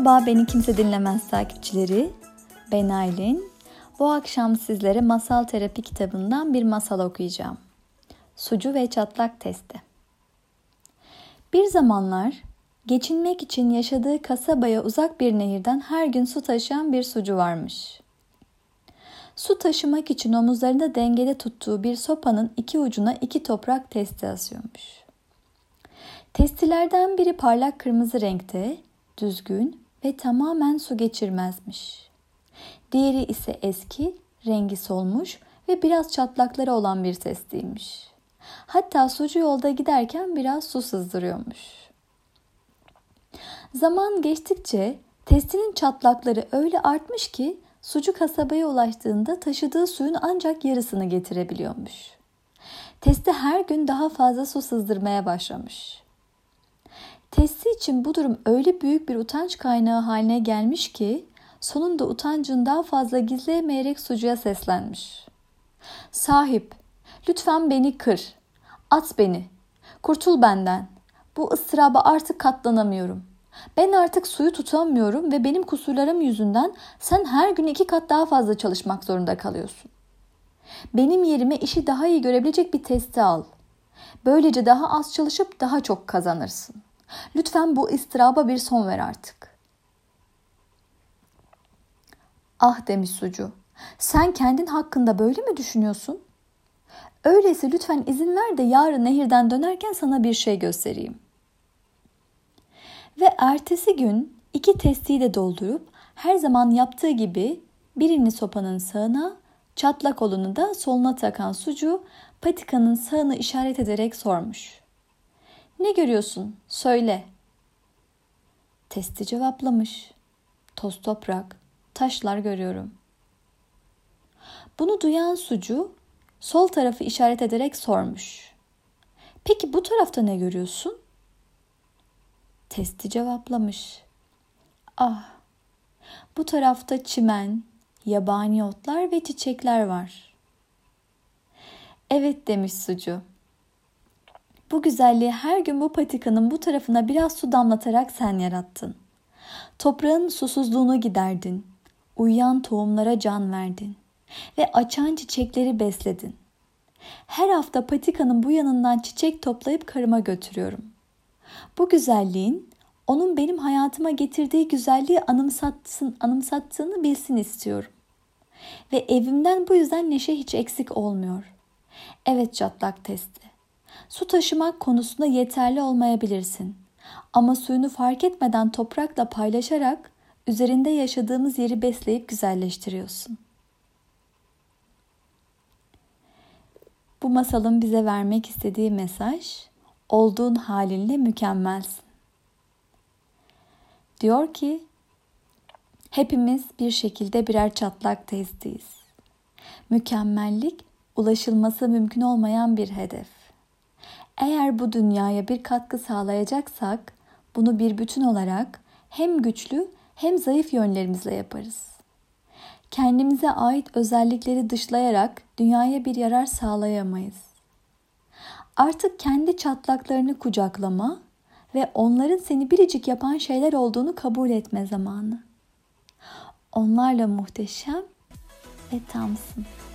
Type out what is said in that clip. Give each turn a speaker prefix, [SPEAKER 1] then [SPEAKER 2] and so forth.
[SPEAKER 1] Merhaba, beni kimse dinlemez takipçileri. Ben Aylin. Bu akşam sizlere Masal Terapi kitabından bir masal okuyacağım. Sucu ve çatlak testi. Bir zamanlar geçinmek için yaşadığı kasabaya uzak bir nehirden her gün su taşıyan bir sucu varmış. Su taşımak için omuzlarında dengede tuttuğu bir sopanın iki ucuna 2 toprak testi asıyormuş. Testilerden biri parlak kırmızı renkte, düzgün ve tamamen su geçirmezmiş. Diğeri ise eski, rengi solmuş ve biraz çatlakları olan bir testiymiş. Hatta sucu yolda giderken biraz su sızdırıyormuş. Zaman geçtikçe testinin çatlakları öyle artmış ki sucu kasabaya ulaştığında taşıdığı suyun ancak yarısını getirebiliyormuş. Testi her gün daha fazla su sızdırmaya başlamış. Testi için bu durum öyle büyük bir utanç kaynağı haline gelmiş ki sonunda utancını daha fazla gizleyemeyerek sucuya seslenmiş. "Sahip, lütfen beni kır, at beni, kurtul benden. Bu ıstıraba artık katlanamıyorum. Ben artık suyu tutamıyorum ve benim kusurlarım yüzünden sen her gün 2 kat daha fazla çalışmak zorunda kalıyorsun. Benim yerime işi daha iyi görebilecek bir testi al. Böylece daha az çalışıp daha çok kazanırsın. Lütfen bu ıstıraba bir son ver artık." "Ah," demiş sucu, "sen kendin hakkında böyle mi düşünüyorsun? Öyleyse lütfen izin ver de yarın nehirden dönerken sana bir şey göstereyim." Ve ertesi gün 2 testiyi de doldurup her zaman yaptığı gibi birini sopanın sağına, çatlak olanı da soluna takan sucu patikanın sağını işaret ederek sormuş. "Ne görüyorsun? Söyle." Testi cevaplamış. "Toz toprak, taşlar görüyorum." Bunu duyan sucu sol tarafı işaret ederek sormuş. "Peki bu tarafta ne görüyorsun?" Testi cevaplamış. "Ah, bu tarafta çimen, yabani otlar ve çiçekler var." "Evet," demiş sucu. "Bu güzelliği her gün bu patikanın bu tarafına biraz su damlatarak sen yarattın. Toprağın susuzluğunu giderdin. Uyuyan tohumlara can verdin. Ve açan çiçekleri besledin. Her hafta patikanın bu yanından çiçek toplayıp karıma götürüyorum. Bu güzelliğin onun benim hayatıma getirdiği güzelliği anımsattığını bilsin istiyorum. Ve evimden bu yüzden neşe hiç eksik olmuyor. Evet çatlak testi. Su taşımak konusunda yeterli olmayabilirsin. Ama suyunu fark etmeden toprakla paylaşarak üzerinde yaşadığımız yeri besleyip güzelleştiriyorsun." Bu masalın bize vermek istediği mesaj, olduğun halinle mükemmelsin. Diyor ki, hepimiz bir şekilde birer çatlak testiyiz. Mükemmellik, ulaşılması mümkün olmayan bir hedef. Eğer bu dünyaya bir katkı sağlayacaksak, bunu bir bütün olarak hem güçlü hem zayıf yönlerimizle yaparız. Kendimize ait özellikleri dışlayarak dünyaya bir yarar sağlayamayız. Artık kendi çatlaklarını kucaklama ve onların seni biricik yapan şeyler olduğunu kabul etme zamanı. Onlarla muhteşem ve tamsın.